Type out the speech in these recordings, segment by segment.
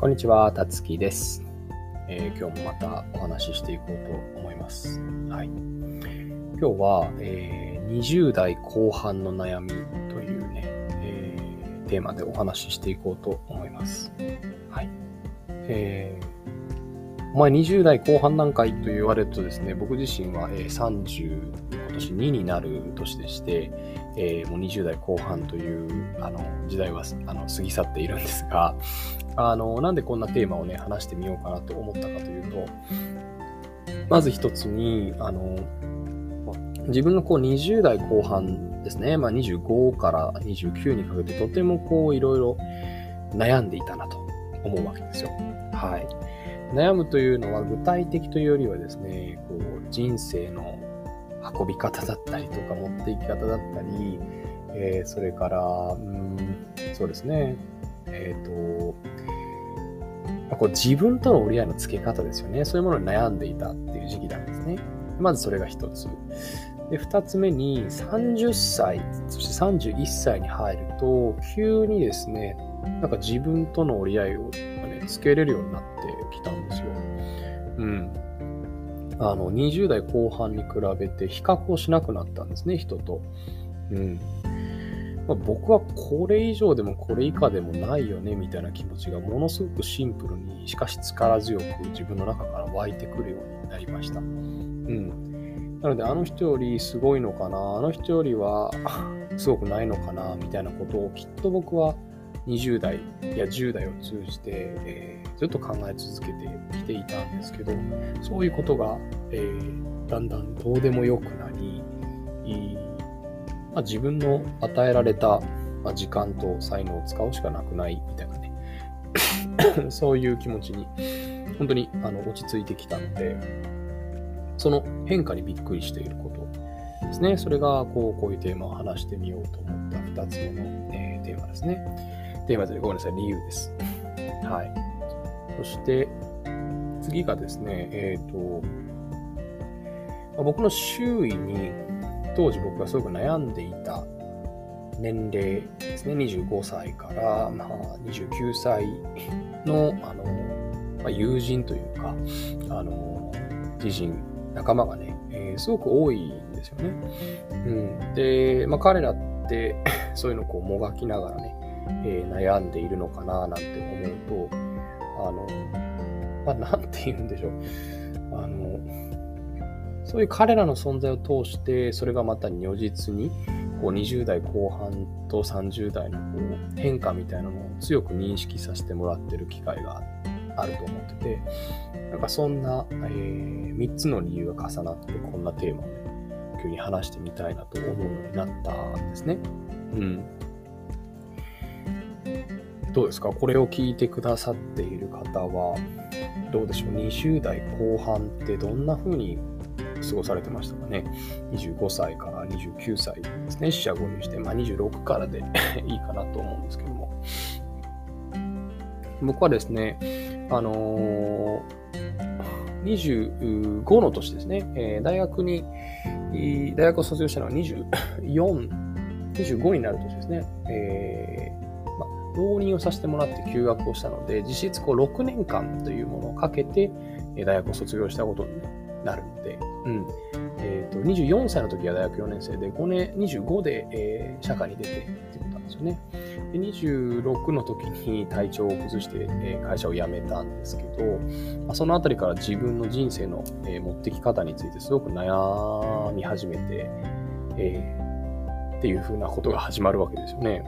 こんにちは、たつきです。今日もまたお話ししていこうと思います。はい。今日は、20代後半の悩みというね、テーマでお話ししていこうと思います。はい。お前20代後半なんかいと言われるとですね、僕自身は、30、今年2になる年でして、もう20代後半という時代は過ぎ去っているんですが、なんでこんなテーマをね、話してみようかなと思ったかというと、まず一つに、自分が20代後半ですね、25から29にかけてとてもいろいろ悩んでいたなと思うわけですよ。はい。悩むというのは具体的というよりはですね、人生の運び方だったりとか持っていき方だったり、それから、そうですね、自分との折り合いのつけ方ですよね。そういうものに悩んでいたっていう時期なんですね。まずそれが一つ。で、二つ目に30歳、そして31歳に入ると、急にですね、自分との折り合いをつけれるようになってきたんですよ。20代後半に比べて比較をしなくなったんですね、人と。僕はこれ以上でもこれ以下でもないよねみたいな気持ちがものすごくシンプルにしかし力強く自分の中から湧いてくるようになりました。なのであの人よりすごいのかな、あの人よりはすごくないのかなみたいなことをきっと僕は20代や10代を通じて、ずっと考え続けてきていたんですけど、そういうことが、だんだんどうでもよくなり、自分の与えられた、時間と才能を使うしかなくないみたいなねそういう気持ちに本当に落ち着いてきたので、その変化にびっくりしていることですね。それがこういうテーマを話してみようと思った2つ目の、テーマですね。テーマでごめんなさい、理由です。はい。そして次がですね、僕の周囲に当時僕がすごく悩んでいた年齢ですね、25歳から29歳の友人というか知人仲間がね、すごく多いんですよね。で、彼らってそういうのをもがきながらね、悩んでいるのかななんて思うと、なんて言うんでしょう。そういう彼らの存在を通して、それがまた如実に20代後半と30代の変化みたいなのを強く認識させてもらってる機会があると思ってて、そんな、3つの理由が重なってこんなテーマをね、急に話してみたいなと思うようになったんですね。どうですか？これを聞いてくださっている方はどうでしょう？20代後半ってどんな風に過ごされてましたかね。25歳から29歳ですね。四捨五入して、26からでいいかなと思うんですけども。僕はですね、25の年ですね。大学を卒業したのは25になる年ですね。浪人をさせてもらって休学をしたので、実質6年間というものをかけて大学を卒業したことになるので、24歳の時は大学4年生で、25で、社会に出てってことなんですよね。で、26の時に体調を崩して、会社を辞めたんですけど、そのあたりから自分の人生の、持ってき方についてすごく悩み始めて、っていう風なことが始まるわけですよね。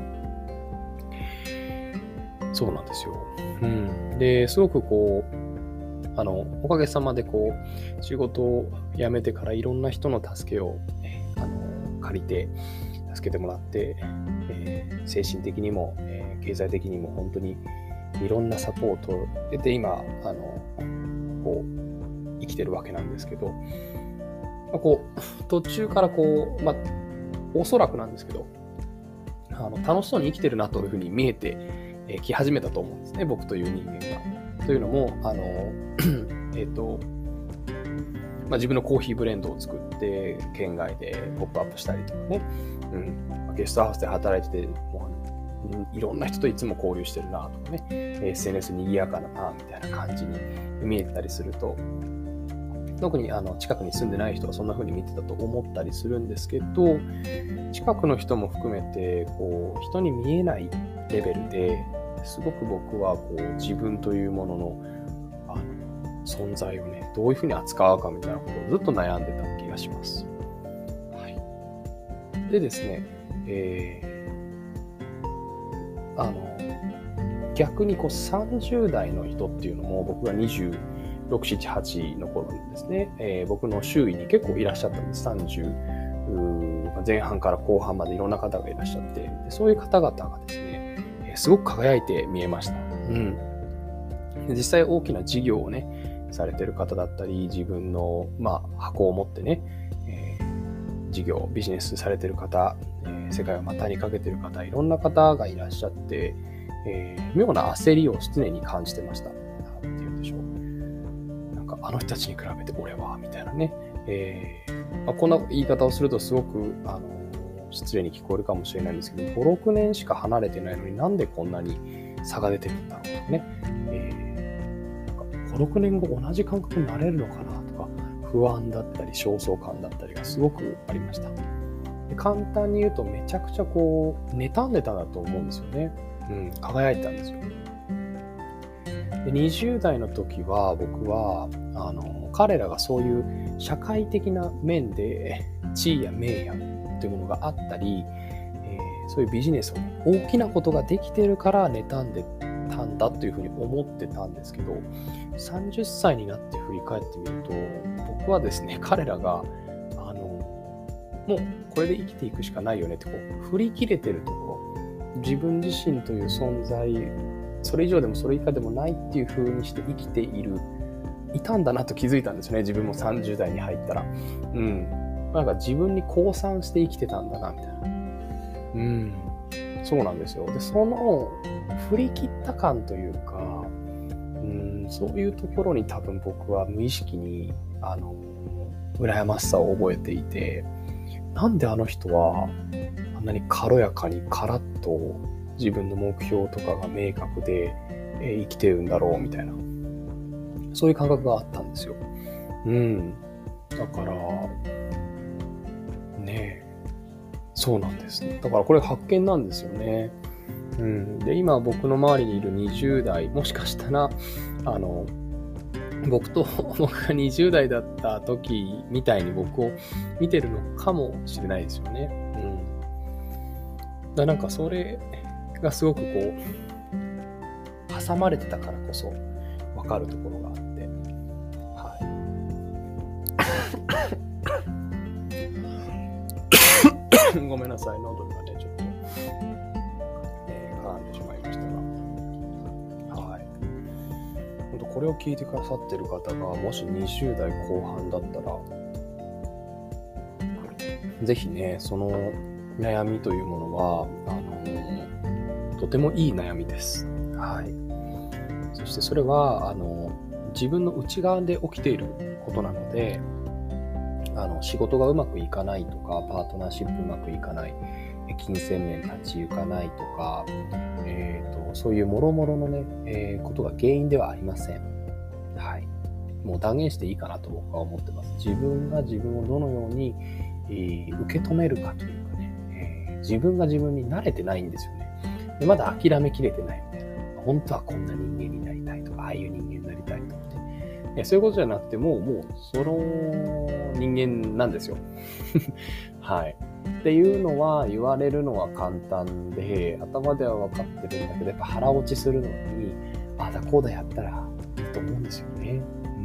そうなんですよ。で、すごくおかげさまで仕事を辞めてからいろんな人の助けを、借りて助けてもらって、精神的にも、経済的にも本当にいろんなサポートを得て今生きてるわけなんですけど、途中からおそらくなんですけど楽しそうに生きてるなというふうに見えてき始めたと思うんですね、僕という人間が。というのも自分のコーヒーブレンドを作って県外でポップアップしたりとかね、ゲストハウスで働いててもういろんな人といつも交流してるなとかね、SNS 賑やかだなみたいな感じに見えたりすると、特に近くに住んでない人はそんな風に見てたと思ったりするんですけど、近くの人も含めて人に見えないレベルですごく僕は自分というものの存在をね、どういう風に扱うかみたいなことをずっと悩んでた気がします。はい、でですね、逆に30代の人っていうのも、僕が26、7、8の頃にですね、僕の周囲に結構いらっしゃったんです。30前半から後半までいろんな方がいらっしゃって、でそういう方々がですね、すごく輝いて見えました。実際大きな事業をね、されてる方だったり、自分の、箱を持ってね、事業、ビジネスされてる方、世界を股にかけてる方、いろんな方がいらっしゃって、妙な焦りを常に感じてました。なんて言うんでしょう。なんかあの人たちに比べて俺は、みたいなね。こんな言い方をするとすごく失礼に聞こえるかもしれないんですけど、5、6年しか離れてないのになんでこんなに差が出てるんだろうとかね。5、6年後同じ感覚になれるのかなとか、不安だったり焦燥感だったりがすごくありました。で簡単に言うとめちゃくちゃ妬んでたんだと思うんですよね。輝いてたんですよ。で20代の時は僕は彼らがそういう社会的な面で地位や名誉というものがあったり、そういうビジネスを大きなことができてるから妬んでたんだというふうに思ってたんですけど、30歳になって振り返ってみると、僕はですね、彼らがもうこれで生きていくしかないよねって振り切れてるところ、自分自身という存在、それ以上でもそれ以下でもないっていう風にして生きていたんだなと気づいたんですよね。自分も30代に入ったら。なんか自分に降参して生きてたんだなみたいな。そうなんですよ。で、その振り切った感というか、そういうところに多分僕は無意識に羨ましさを覚えていて、なんであの人はあんなに軽やかにカラッと自分の目標とかが明確で生きてるんだろうみたいな、そういう感覚があったんですよ。だからね、そうなんです。だからこれ発見なんですよね。で今僕の周りにいる20代、もしかしたら僕が20代だった時みたいに僕を見てるのかもしれないですよね。なんかそれがすごく挟まれてたからこそ分かるところがあって、ごめんなさい、喉がねちょっと、絡んでしまいましたが、本当これを聞いてくださってる方がもし20代後半だったら、ぜひね、その悩みというものはとてもいい悩みです。そしてそれは自分の内側で起きていることなので、仕事がうまくいかないとか、パートナーシップうまくいかない、金銭面立ち行かないとか、そういう諸々のね、ことが原因ではありません。もう断言していいかなと僕は思ってます。自分が自分をどのように、受け止めるかというかね、自分が自分に慣れてないんですよね。でまだ諦めきれてないみたいな。本当はこんな人間になりたいとか、ああいう人間になりたいとかね。そういうことじゃなくてもうその人間なんですよ。っていうのは言われるのは簡単で、頭では分かってるんだけど、やっぱ腹落ちするのに、ああだこうだやったらいいと思うんですよね。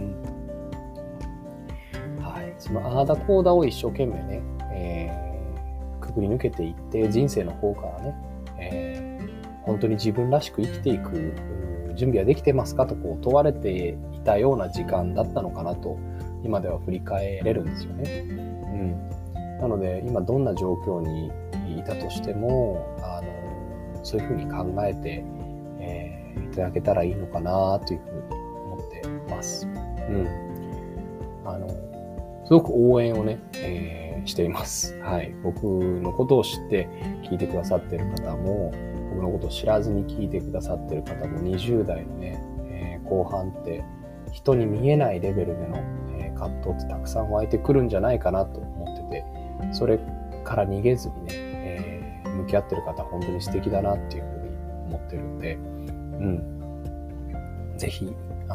そのああだこうだを一生懸命ね、くぐり抜けていって、人生の方からね、本当に自分らしく生きていく準備はできてますかと問われていたような時間だったのかなと今では振り返れるんですよね。なので今どんな状況にいたとしてもそういうふうに考えて、いただけたらいいのかなというふうに思ってます。すごく応援をね、しています。僕のことを知って聞いてくださっている方も、 僕のことを知らずに聞いてくださってる方も20代のね、後半って人に見えないレベルでの、葛藤ってたくさん湧いてくるんじゃないかなと思ってて、それから逃げずにね、向き合ってる方本当に素敵だなっていうふうに思ってるんで、ぜひ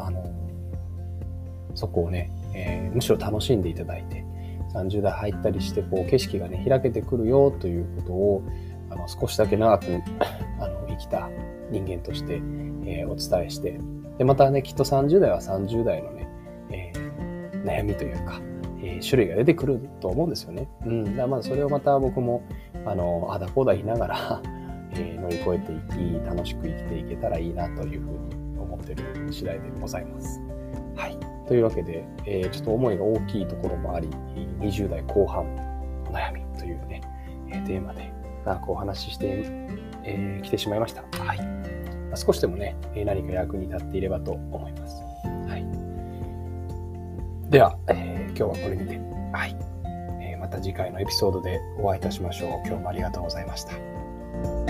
そこをね、むしろ楽しんでいただいて、30代入ったりして景色がね開けてくるよということを少しだけ長く生きた人間として、お伝えして、でまたねきっと30代は30代のね、悩みというか、種類が出てくると思うんですよね。だからそれをまた僕もあだこうだ言いながら乗り越えていき、楽しく生きていけたらいいなというふうに思っている次第でございます。はい。というわけで、ちょっと思いが大きいところもあり、20代後半お悩みというね、テーマで長くお話ししてきてしまいました。はい。少しでもね、何か役に立っていればと思います。はい。では、今日はこれにて、はい。また次回のエピソードでお会いいたしましょう。今日もありがとうございました。